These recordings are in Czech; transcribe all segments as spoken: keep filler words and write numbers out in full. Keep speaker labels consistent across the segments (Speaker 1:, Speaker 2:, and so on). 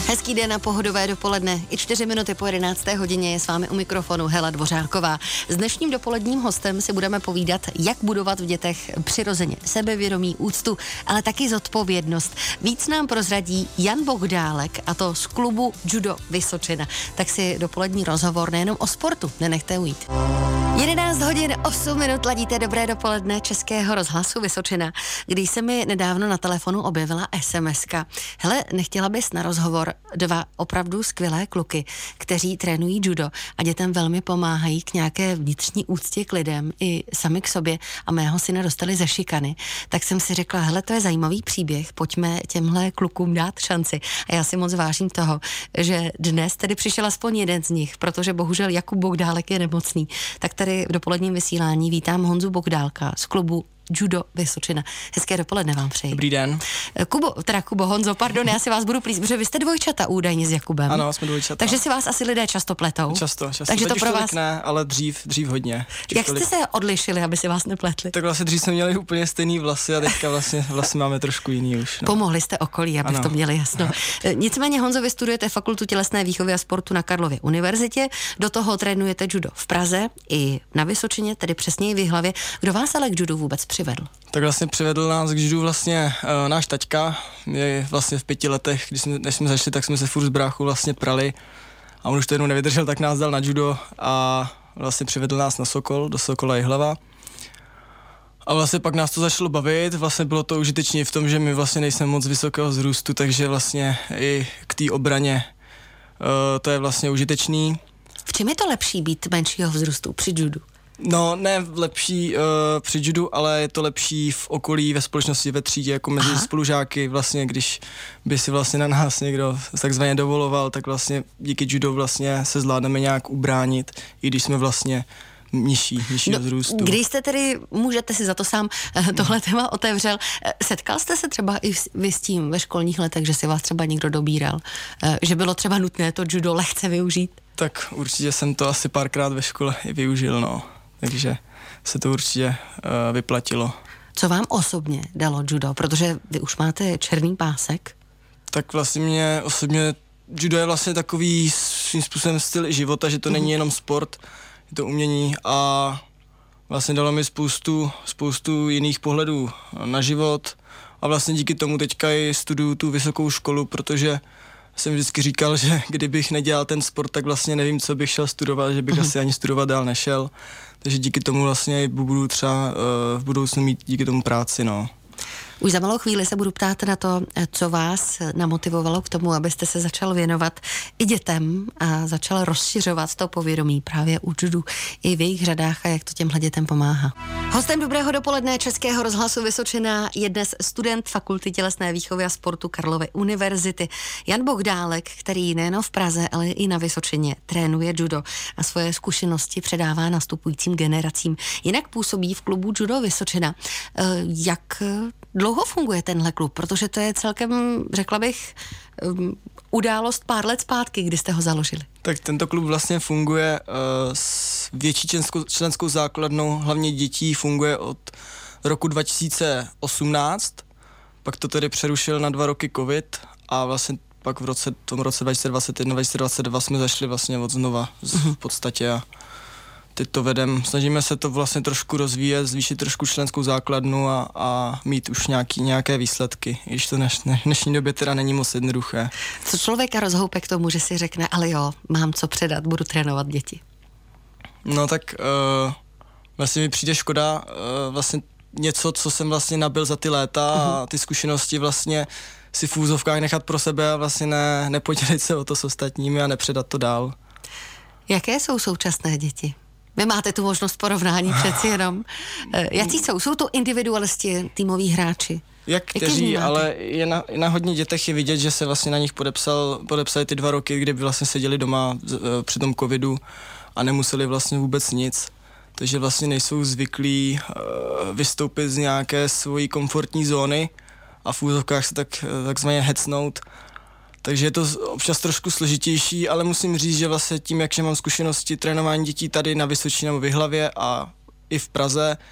Speaker 1: Hezký den a pohodové dopoledne. I čtyři minuty po jedenácté hodině je s vámi u mikrofonu Hela Dvořáková. S dnešním dopoledním hostem si budeme povídat, jak budovat v dětech přirozeně sebevědomí, úctu, ale taky zodpovědnost. Víc nám prozradí Jan Bohdálek, a to z klubu Judo Vysočina. Tak si dopolední rozhovor nejenom o sportu nenechte ujít. jedenáct hodin osm minut, ladíte dobré dopoledne Českého rozhlasu Vysočina, když se mi nedávno na telefonu objevila SMSka. Hele, nechtěla bys na rozhovor dva opravdu skvělé kluky, kteří trénují judo a dětem velmi pomáhají k nějaké vnitřní úctě k lidem i sami k sobě, a mého syna dostali ze šikany. Tak jsem si řekla, hele, to je zajímavý příběh, pojďme těmhle klukům dát šanci. A já si moc vážím toho, že dnes tedy přišel aspoň jeden z nich, protože bohužel Jakub Bohdálek je nemocný. Tak tady v dopoledním vysílání vítám Honzu Bohdálka z klubu Judo Vysočina. Hezké dopoledne vám přeji.
Speaker 2: Dobrý den.
Speaker 1: Kubo, teda Kubo, Honzo, pardon, já si vás budu plíst, protože vy jste dvojčata údajně s Jakubem.
Speaker 2: Ano, jsme dvojčata.
Speaker 1: Takže si vás asi lidé často pletou.
Speaker 2: Často, často.
Speaker 1: Takže
Speaker 2: Teď
Speaker 1: to pro vás
Speaker 2: ne, ale dřív, dřív hodně.
Speaker 1: Jak jste se odlišili, aby si vás nepletli?
Speaker 2: Tak vlastně dřív jsme měli úplně stejný vlasy a teďka vlastně, vlastně máme trošku jiný už. No.
Speaker 1: Pomohli jste okolí, aby to měli jasno. Ano. Nicméně, Honzo, vy studujete Fakultu tělesné výchovy a sportu na Karlově univerzitě, do toho trénujete judo v Praze i na Vysočině, tedy přesněji v Jihlavě. Kdo vás ale k judu vůbec přivedl?
Speaker 2: Tak vlastně přivedl nás k judu vlastně uh, náš taťka. Je vlastně v pěti letech, když jsme, než jsme začali, tak jsme se furt z bráchu vlastně prali a on už to jednou nevydržel, tak nás dal na judo a vlastně přivedl nás na Sokol, do Sokola Jihlava. A vlastně pak nás to začalo bavit, vlastně bylo to užitečné v tom, že my vlastně nejsme moc vysokého vzrůstu, takže vlastně i k té obraně uh, to je vlastně užitečný.
Speaker 1: V čem je to lepší být menšího vzrůstu při judu?
Speaker 2: No, ne lepší uh, při judu, ale je to lepší v okolí, ve společnosti, ve třídě, jako mezi Aha. spolužáky, vlastně, když by si vlastně na nás někdo takzvaně dovoloval, tak vlastně díky judo vlastně se zvládneme nějak ubránit, i když jsme vlastně nižší, nižší no, vzrůstu.
Speaker 1: Když jste tedy, můžete si za to sám tohle téma otevřel, setkal jste se třeba i vy s tím ve školních letech, že si vás třeba někdo dobíral, že bylo třeba nutné to judo lehce využít?
Speaker 2: Tak určitě jsem to asi párkrát ve škole i využil, no. Takže se to určitě uh, vyplatilo.
Speaker 1: Co vám osobně dalo judo? Protože vy už máte černý pásek.
Speaker 2: Tak vlastně mě osobně judo je vlastně takový svým způsobem styl života, že to mm. není jenom sport, je to umění a vlastně dalo mi spoustu, spoustu jiných pohledů na život a vlastně díky tomu teďka i studuju tu vysokou školu, protože jsem vždycky říkal, že kdybych nedělal ten sport, tak vlastně nevím, co bych šel studovat, že bych mm. asi ani studovat dál nešel. Takže díky tomu vlastně budu třeba uh, v budoucnu mít díky tomu práci, no.
Speaker 1: Už za malou chvíli se budu ptát na to, co vás namotivovalo k tomu, abyste se začal věnovat i dětem a začal rozšiřovat to povědomí právě u judu i v jejich řadách a jak to těmhle dětem pomáhá. Hostem dobrého dopoledne Českého rozhlasu Vysočina je dnes student Fakulty tělesné výchovy a sportu Karlovy univerzity Jan Bohdálek, který nejen v Praze, ale i na Vysočině trénuje judo a svoje zkušenosti předává nastupujícím generacím. Jinak působí v klubu Judo Vysočina. Jak dlouho funguje tenhle klub? Protože to je celkem, řekla bych, um, událost pár let zpátky, kdy jste ho založili. Tak
Speaker 2: tento klub vlastně funguje uh, s větší členskou, členskou základnou, hlavně dětí, funguje od roku dva tisíce osmnáct, pak to tedy přerušil na dva roky covid a vlastně pak v roce, tom roce dva tisíce dvacet jedna dva tisíce dvacet dva jsme zašli vlastně od znova v podstatě a teď to vedem, snažíme se to vlastně trošku rozvíjet, zvýšit trošku členskou základnu a, a mít už nějaký, nějaké výsledky, i když to v dnešní době teda není moc jednoduché.
Speaker 1: Co člověka rozhoupe k tomu, že si řekne, ale jo, mám co předat, budu trénovat děti?
Speaker 2: No tak uh, vlastně mi přijde škoda uh, vlastně něco, co jsem vlastně nabyl za ty léta uh-huh. a ty zkušenosti vlastně si v úzovkách nechat pro sebe a vlastně ne, nepodělit se o to s ostatními a nepředat to dál. Jaké jsou současné děti? Vy máte tu možnost porovnání přeci jenom. Jaký jsou? Jsou to individualisti, týmoví hráči? Jak kteří, ale je na, na hodně dětech je vidět, že se vlastně na nich podepsal, podepsali ty dva roky, kdy vlastně seděli doma při tom covidu a nemuseli vlastně vůbec nic. Takže vlastně nejsou zvyklí uh, vystoupit z nějaké svojí komfortní zóny a v úzovkách se tak, takzvaně hecnout. Takže je to občas trošku složitější, ale musím říct, že vlastně tím, jakže mám zkušenosti trénování dětí tady na Vysočině nebo v Jihlavě a i v Praze,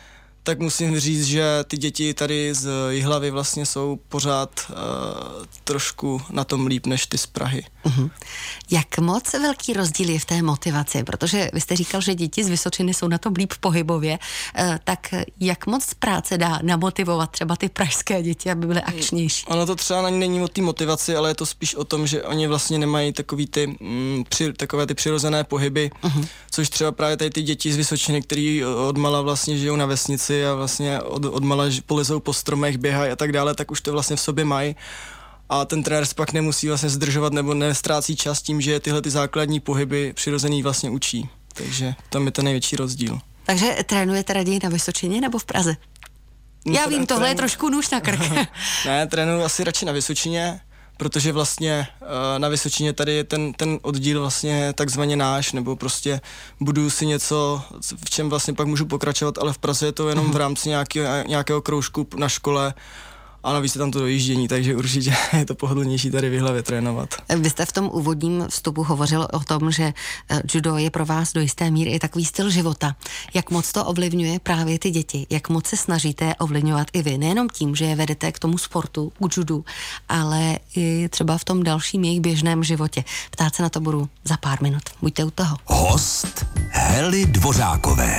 Speaker 2: tak musím říct, že ty děti tady z Jihlavy vlastně jsou pořád uh, trošku na tom líp než ty z Prahy.
Speaker 1: Uh-huh. Jak moc velký rozdíl je v té motivaci? Protože vy jste říkal, že děti z Vysočiny jsou na tom líp pohybově, uh, tak jak moc práce dá namotivovat třeba ty pražské děti, aby byly akčnější?
Speaker 2: Ono to třeba není o té motivaci, ale je to spíš o tom, že oni vlastně nemají takový ty, mm, při, takové ty přirozené pohyby, uh-huh. což třeba právě tady ty děti z Vysočiny, který odmala vlastně žijou na vesnici a vlastně od, odmala polezou po stromech, běhají a tak dále, tak už to vlastně v sobě mají. A ten trenér pak nemusí vlastně zdržovat nebo nestrácí čas tím, že tyhle ty základní pohyby přirozený vlastně učí. Takže tam je ten největší rozdíl.
Speaker 1: Takže trénujete raději na Vysočině nebo v Praze? Já vím, tohle je trošku nůž na krk.
Speaker 2: Ne, trénuji asi radši na Vysočině, protože vlastně uh, na Vysočině tady je ten, ten oddíl vlastně takzvaně náš, nebo prostě budu si něco, v čem vlastně pak můžu pokračovat, ale v Praze je to jenom v rámci nějaký, nějakého kroužku na škole a navíc je tam to dojíždění, takže určitě je to pohodlnější tady v Jihlavě trénovat.
Speaker 1: Vy jste v tom úvodním vstupu hovořil o tom, že judo je pro vás do jisté míry i takový styl života. Jak moc to ovlivňuje právě ty děti? Jak moc se snažíte ovlivňovat i vy? Nejenom tím, že je vedete k tomu sportu, k judu, ale i třeba v tom dalším jejich běžném životě. Ptát se na to budu za pár minut. Buďte u toho.
Speaker 3: Host Hely Dvořákové.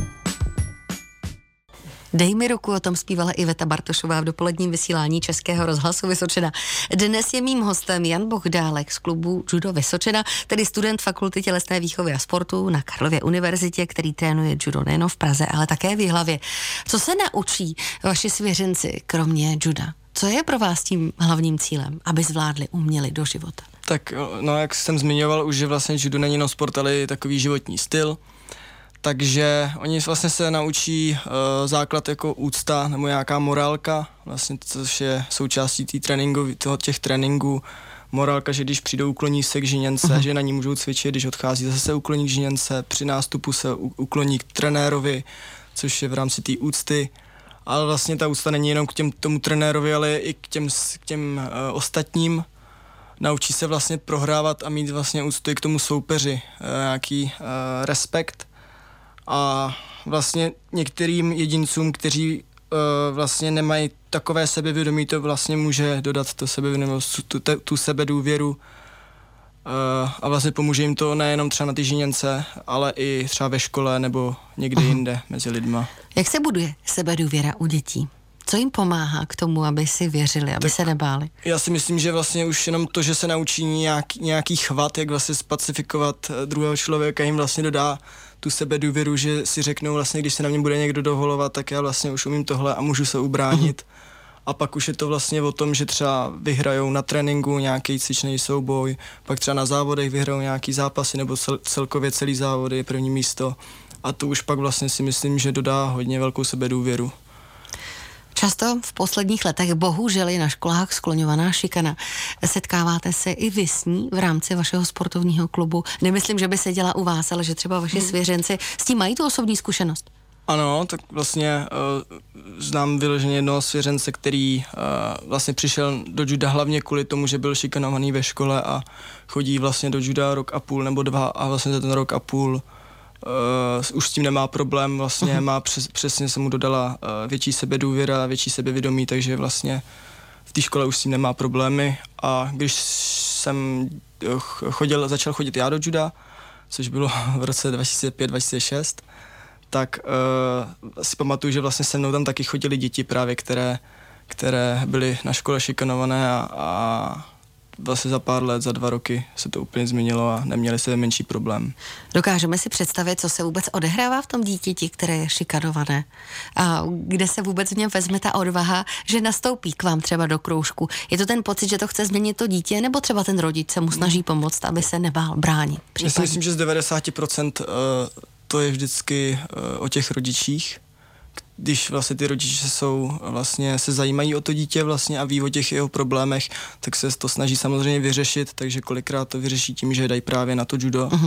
Speaker 1: Dej mi ruku, o tom zpívala Iveta Bartošová v dopoledním vysílání Českého rozhlasu Vysočina. Dnes je mým hostem Jan Bohdálek z klubu Judo Vysočina, tedy student Fakulty tělesné výchovy a sportu na Karlově univerzitě, který trénuje judo nejen v Praze, ale také v Jihlavě. Co se naučí vaši svěřenci kromě juda? Co je pro vás tím hlavním cílem, aby zvládli, uměli do života?
Speaker 2: Tak, no, jak jsem zmiňoval už, že vlastně judo není jenom sport, ale i takový životní styl. Takže oni vlastně se naučí uh, základ jako úcta nebo nějaká morálka, vlastně což je součástí tý tréninku, toho těch tréninků. Morálka, že když přijdou, ukloní se k žiněnce, uh-huh. že na ní můžou cvičit, když odchází, zase se ukloní k žiněnce, při nástupu se u, ukloní k trenérovi, což je v rámci té úcty. Ale vlastně ta úcta není jenom k těm, tomu trenérovi, ale i k těm, k těm uh, ostatním. Naučí se vlastně prohrávat a mít vlastně úctu i k tomu soupeři, uh, nějaký uh, respekt. A vlastně některým jedincům, kteří uh, vlastně nemají takové sebevědomí, to vlastně může dodat to sebevědomí, tu, tu, tu sebedůvěru uh, a vlastně pomůže jim to nejenom třeba na ty žiněnce, ale i třeba ve škole nebo někde Aha. jinde mezi lidma.
Speaker 1: Jak se buduje sebedůvěra u dětí? Co jim pomáhá k tomu, aby si věřili, aby tak se nebáli?
Speaker 2: Já si myslím, že vlastně už jenom to, že se naučí nějaký, nějaký chvat, jak vlastně spacifikovat druhého člověka, jim vlastně dodá tu sebedůvěru, že si řeknou vlastně, když se na mě bude někdo dovolovat, tak já vlastně už umím tohle a můžu se ubránit. Uh-huh. A pak už je to vlastně o tom, že třeba vyhrajou na tréninku nějaký cvičný souboj, pak třeba na závodech vyhrajou nějaký zápasy nebo cel, celkově celý závody, první místo. A to už pak vlastně si myslím, že dodá hodně velkou sebedůvěru.
Speaker 1: Často v posledních letech bohužel je na školách skloňovaná šikana. Setkáváte se i vy s ní v rámci vašeho sportovního klubu? Nemyslím, že by se dělá u vás, ale že třeba vaši hmm. svěřenci s tím mají tu osobní zkušenost.
Speaker 2: Ano, tak vlastně uh, znám vyloženě jednoho svěřence, který uh, vlastně přišel do juda hlavně kvůli tomu, že byl šikanovaný ve škole a chodí vlastně do juda rok a půl nebo dva a vlastně za ten rok a půl Uh, už s tím nemá problém, vlastně uh-huh. má přes, přesně se mu dodala uh, větší sebedůvěra, větší sebevědomí, takže vlastně v té škole už s tím nemá problémy a když jsem chodil, začal chodit já do juda, což bylo v roce dva tisíce pět dva tisíce šest, tak uh, si pamatuju, že vlastně se mnou tam taky chodili děti právě, které, které byly na škole šikanované a, a vlastně za pár let, za dva roky se to úplně změnilo a neměli se menší problém.
Speaker 1: Dokážeme si představit, co se vůbec odehrává v tom dítěti, které je šikanované? A kde se vůbec v něm vezme ta odvaha, že nastoupí k vám třeba do kroužku? Je to ten pocit, že to chce změnit to dítě, nebo třeba ten rodič se mu snaží pomoct, aby se nebál bránit?
Speaker 2: Já si myslím, že z devadesát procent to je vždycky o těch rodičích. Když vlastně ty rodiče jsou, vlastně se zajímají o to dítě vlastně a ví o těch jeho problémech, tak se to snaží samozřejmě vyřešit, takže kolikrát to vyřeší tím, že dají právě na to judo. Uh-huh.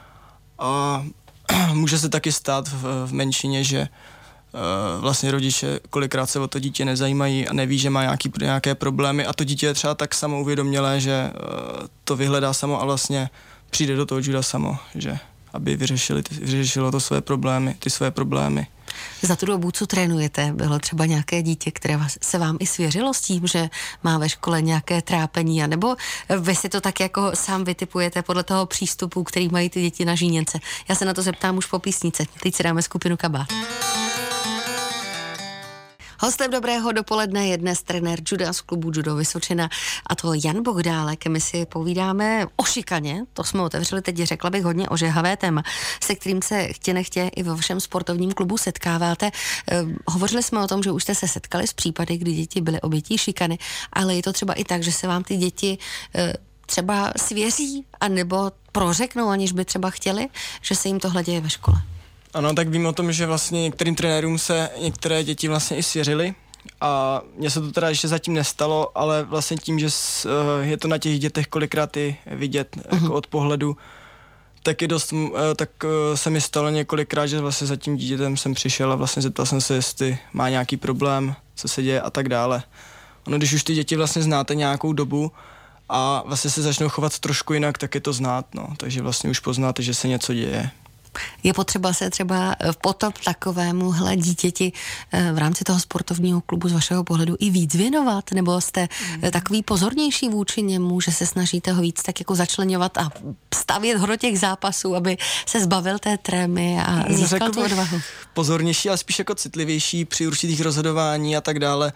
Speaker 2: A může se taky stát v, v menšině, že uh, vlastně rodiče kolikrát se o to dítě nezajímají a neví, že má nějaký, nějaké problémy a to dítě je třeba tak samo uvědomělé, že uh, to vyhledá samo a vlastně přijde do toho juda samo, že aby vyřešili, vyřešilo to své problémy, ty své problémy.
Speaker 1: Za tu dobu, co trénujete, bylo třeba nějaké dítě, které vás, se vám i svěřilo s tím, že má ve škole nějaké trápení, anebo vy si to tak jako sám vytipujete podle toho přístupu, který mají ty děti na Žíněnce? Já se na to zeptám už po písnice. Teď si dáme skupinu Kabát. Hostem dobrého dopoledne je dnes trenér juda z klubu Judo Vysočina, a to Jan Bohdálek. My si povídáme o šikaně, to jsme otevřeli teď, řekla bych, hodně ožehavé téma, se kterým se chtě nechtě i ve vašem sportovním klubu setkáváte. E, hovořili jsme o tom, že už jste se setkali s případy, kdy děti byly obětí šikany, ale je to třeba i tak, že se vám ty děti e, třeba svěří, anebo prořeknou, aniž by třeba chtěli, že se jim tohle děje ve škole.
Speaker 2: Ano, tak vím o tom, že vlastně některým trenérům se některé děti vlastně i svěřily a mně se to teda ještě zatím nestalo, ale vlastně tím, že je to na těch dětech kolikrát i vidět uh-huh. jako od pohledu, tak je dost, tak se mi stalo několikrát, že vlastně za tím dítětem jsem přišel a vlastně zeptal jsem se, jestli má nějaký problém, co se děje a tak dále. Ono, když už ty děti vlastně znáte nějakou dobu a vlastně se začnou chovat trošku jinak, tak je to znát, no, takže vlastně už poznáte, že se něco děje.
Speaker 1: Je potřeba se třeba potom takovémuhle dítěti v rámci toho sportovního klubu z vašeho pohledu i víc věnovat, nebo jste mm. takový pozornější vůči němu, že se snažíte ho víc tak jako začleňovat a stavět ho do těch zápasů, aby se zbavil té trémy a získal tu odvahu?
Speaker 2: Pozornější, ale spíš jako citlivější při určitých rozhodování a tak dále.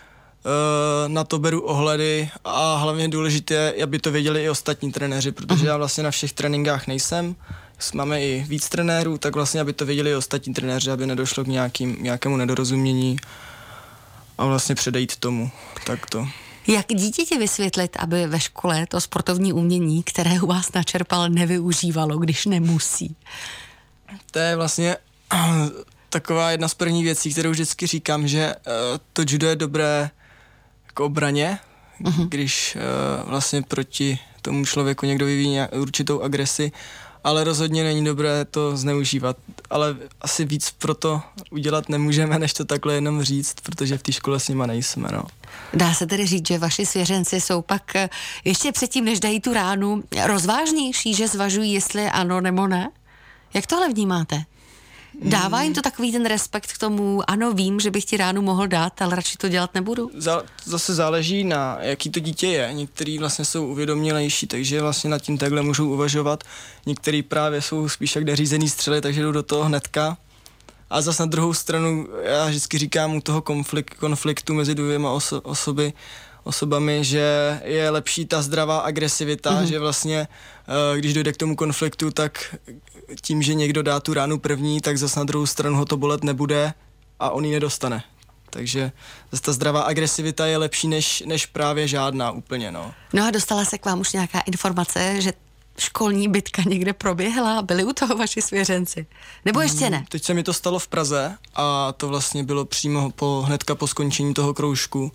Speaker 2: Na to beru ohledy a hlavně důležité je, aby to věděli i ostatní trenéři, protože já vlastně na všech tréninkách nejsem. Máme i víc trenérů, tak vlastně, aby to věděli i ostatní trenéři, aby nedošlo k nějakým, nějakému nedorozumění a vlastně předejít tomu. Tak to.
Speaker 1: Jak dítěti vysvětlit, aby ve škole to sportovní umění, které u vás načerpal, nevyužívalo, když nemusí?
Speaker 2: To je vlastně taková jedna z prvních věcí, kterou vždycky říkám, že to judo je dobré k obraně, uh-huh. když vlastně proti tomu člověku někdo vyvíjí určitou agresi, ale rozhodně není dobré to zneužívat. Ale asi víc proto udělat nemůžeme, než to takhle jenom říct, protože v té škole s nima nejsme, no.
Speaker 1: Dá se tedy říct, že vaši svěřenci jsou pak ještě předtím, než dají tu ránu, rozvážnější, že zvažují, jestli ano nebo ne? Jak tohle vnímáte? Dává jim to takový ten respekt k tomu, ano, vím, že bych ti ránu mohl dát, ale radši to dělat nebudu?
Speaker 2: Zá, zase záleží na jaký to dítě je. Některý vlastně jsou uvědomělejší, takže vlastně nad tím takhle můžou uvažovat. Některý právě jsou spíš jak neřízený střely, takže jdou do toho hnedka. A zase na druhou stranu, já vždycky říkám u toho konflikt, konfliktu mezi dvěma oso, osoby, osobami, že je lepší ta zdravá agresivita, mm-hmm. že vlastně, když dojde k tomu konfliktu, tak tím, že někdo dá tu ránu první, tak zase na druhou stranu ho to bolet nebude a on ji nedostane. Takže zase ta zdravá agresivita je lepší než, než právě žádná úplně, no.
Speaker 1: No a dostala se k vám už nějaká informace, že školní bitka někde proběhla? Byli u toho vaši svěřenci? Nebo ještě ne?
Speaker 2: Teď se mi to stalo v Praze a to vlastně bylo přímo po, hnedka po skončení toho kroužku.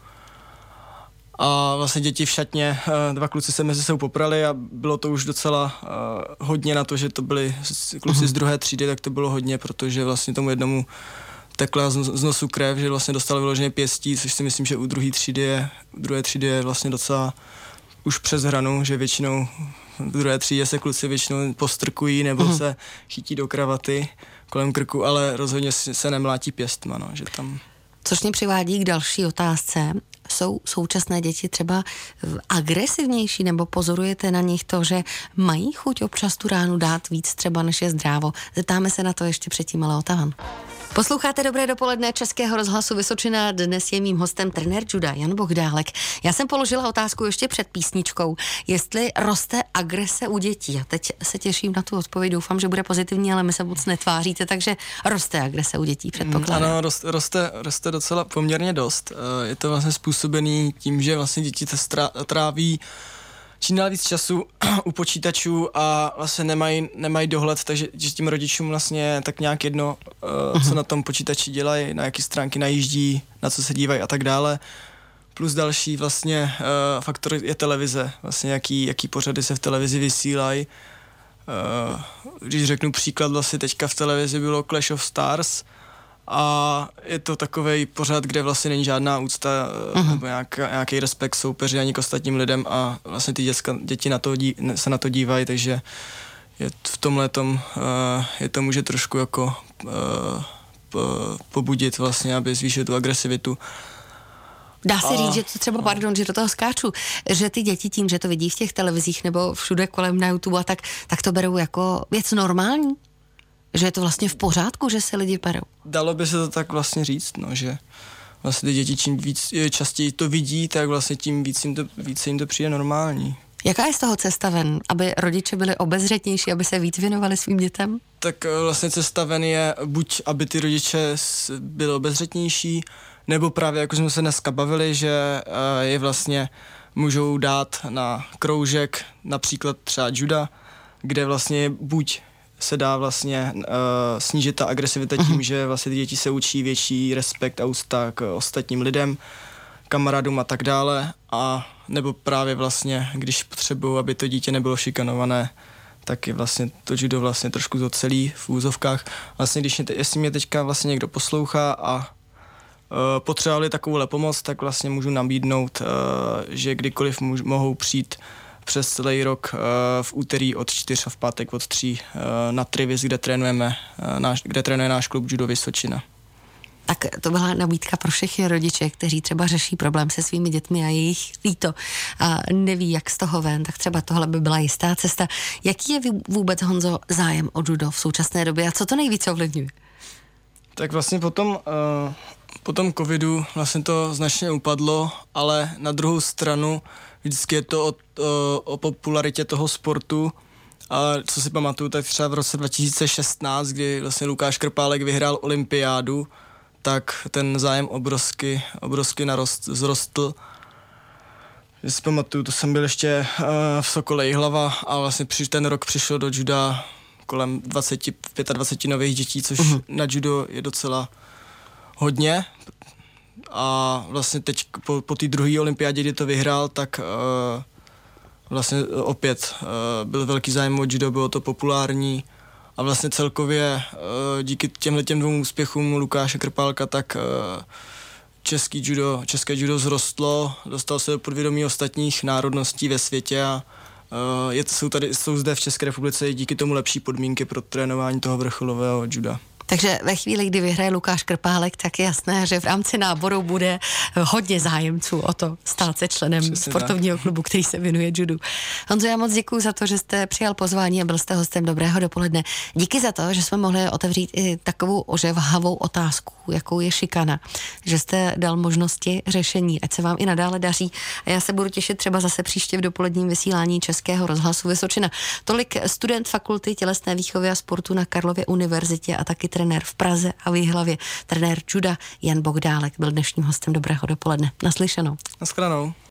Speaker 2: A vlastně děti v šatně, dva kluci se mezi sebou poprali a bylo to už docela uh, hodně na to, že to byli kluci uh-huh. z druhé třídy, tak to bylo hodně, protože vlastně tomu jednomu tekla z, z nosu krev, že vlastně dostal vyloženě pěstí, což si myslím, že u druhé třídy je, u druhé třídy je vlastně docela už přes hranu, že většinou v druhé třídě se kluci většinou postrkují nebo uh-huh. se chytí do kravaty kolem krku, ale rozhodně se nemlátí pěstma, no, že tam...
Speaker 1: Což mě přivádí k další otázce. Jsou současné děti třeba agresivnější, nebo pozorujete na nich to, že mají chuť občas tu ránu dát víc třeba, než je zdrávo? Zeptáme se na to ještě předtím, ale otahan. Posloucháte Dobré dopoledne Českého rozhlasu Vysočina. Dnes je mým hostem trenér juda Jan Bohdálek. Já jsem položila otázku ještě před písničkou, jestli roste agrese u dětí. A teď se těším na tu odpověď, doufám, že bude pozitivní, ale my se moc netváříte, takže roste agrese u dětí, předpokládám.
Speaker 2: Ano, roste, roste, roste docela poměrně dost. Je to vlastně způsobený tím, že vlastně děti tráví čím dál víc času u počítačů a vlastně nemají, nemají dohled, takže že tím rodičům vlastně tak nějak jedno, uh, co na tom počítači dělají, na jaký stránky najíždí, na co se dívají a tak dále. Plus další vlastně uh, faktor je televize, vlastně jaký, jaký pořady se v televizi vysílají. Uh, když řeknu příklad, vlastně teďka v televizi bylo Clash of Stars, a je to takovej pořad, kde vlastně není žádná úcta uh-huh. nebo nějak, nějaký respekt soupeři ani k ostatním lidem a vlastně ty děcka, děti na to dí, se na to dívají, takže je v tomhletom uh, je to může trošku jako uh, pobudit vlastně, aby zvýšil tu agresivitu.
Speaker 1: Dá se
Speaker 2: A,
Speaker 1: říct, že to třeba, pardon, že do toho skáču, že ty děti tím, že to vidí v těch televizích nebo všude kolem na YouTube a tak, tak to berou jako věc normální? Že je to vlastně v pořádku, že se lidi berou?
Speaker 2: Dalo by se to tak vlastně říct, no, že vlastně ty děti čím víc, častěji to vidí, tak vlastně tím víc jim to, víc jim to přijde normální.
Speaker 1: Jaká je z toho cesta ven, aby rodiče byli obezřetnější, aby se víc věnovali svým dětem?
Speaker 2: Tak vlastně cesta ven je buď, aby ty rodiče byli obezřetnější, nebo právě, jako jsme se dneska bavili, že je vlastně můžou dát na kroužek například třeba juda, kde vlastně buď se dá vlastně uh, snížit ta agresivita tím, uh-huh. že vlastně ty děti se učí větší respekt a úcta k ostatním lidem, kamarádům a tak dále, a nebo právě vlastně, když potřebují, aby to dítě nebylo šikanované, tak je vlastně to judo vlastně trošku zocelí v úzovkách. Vlastně, když mě, jestli mě teďka vlastně někdo poslouchá a uh, potřebovali takovouhle pomoc, tak vlastně můžu nabídnout, uh, že kdykoliv můž, mohou přijít přes celý rok uh, v úterý od čtyř a v pátek od tří uh, na Trivis, kde trénujeme, uh, náš, kde trénuje náš klub Judo Vysočina.
Speaker 1: Tak to byla nabídka pro všechny rodiče, kteří třeba řeší problém se svými dětmi a jejich líto a neví, jak z toho ven, tak třeba tohle by byla jistá cesta. Jaký je vůbec, Honzo, zájem o judo v současné době a co to nejvíce ovlivňuje?
Speaker 2: Tak vlastně potom, uh, po tom covidu vlastně to značně upadlo, ale na druhou stranu vždycky je to o, o, o popularitě toho sportu. A co si pamatuju, tak třeba v roce dva tisíce šestnáct, kdy vlastně Lukáš Krpálek vyhrál olympiádu, tak ten zájem obrovsky, obrovsky narost, zrostl. Já si pamatuju, to jsem byl ještě uh, v Sokole Jihlava a vlastně při, ten rok přišlo do juda kolem dvacet, dvacet pět nových dětí, což uh-huh. na judo je docela hodně. A vlastně teď po, po té druhé olympiádě, kdy to vyhrál, tak uh, vlastně opět uh, byl velký zájem o judo, bylo to populární. A vlastně celkově díky těmhletěm dvou úspěchům Lukáše Krpálka, tak český judo, české judo zrostlo, dostal se do podvědomí ostatních národností ve světě a je, jsou, tady, jsou zde v České republice díky tomu lepší podmínky pro trénování toho vrcholového juda.
Speaker 1: Takže ve chvíli, kdy vyhraje Lukáš Krpálek, tak je jasné, že v rámci náboru bude hodně zájemců o to stát se členem Přesně sportovního tak. klubu, který se věnuje judu. Honzo, já moc děkuji za to, že jste přijal pozvání a byl jste hostem Dobrého dopoledne. Díky za to, že jsme mohli otevřít i takovou ožehavou otázku, jakou je šikana. Že jste dal možnosti řešení, ať se vám i nadále daří. A já se budu těšit třeba zase příště v dopoledním vysílání Českého rozhlasu Vysočina. Tolik student Fakulty tělesné výchovy a sportu na Karlově univerzitě a taky trenér v Praze a v Jihlavě, trenér juda Jan Bohdálek byl dnešním hostem Dobrého dopoledne. Naslyšenou.
Speaker 2: Naschledanou.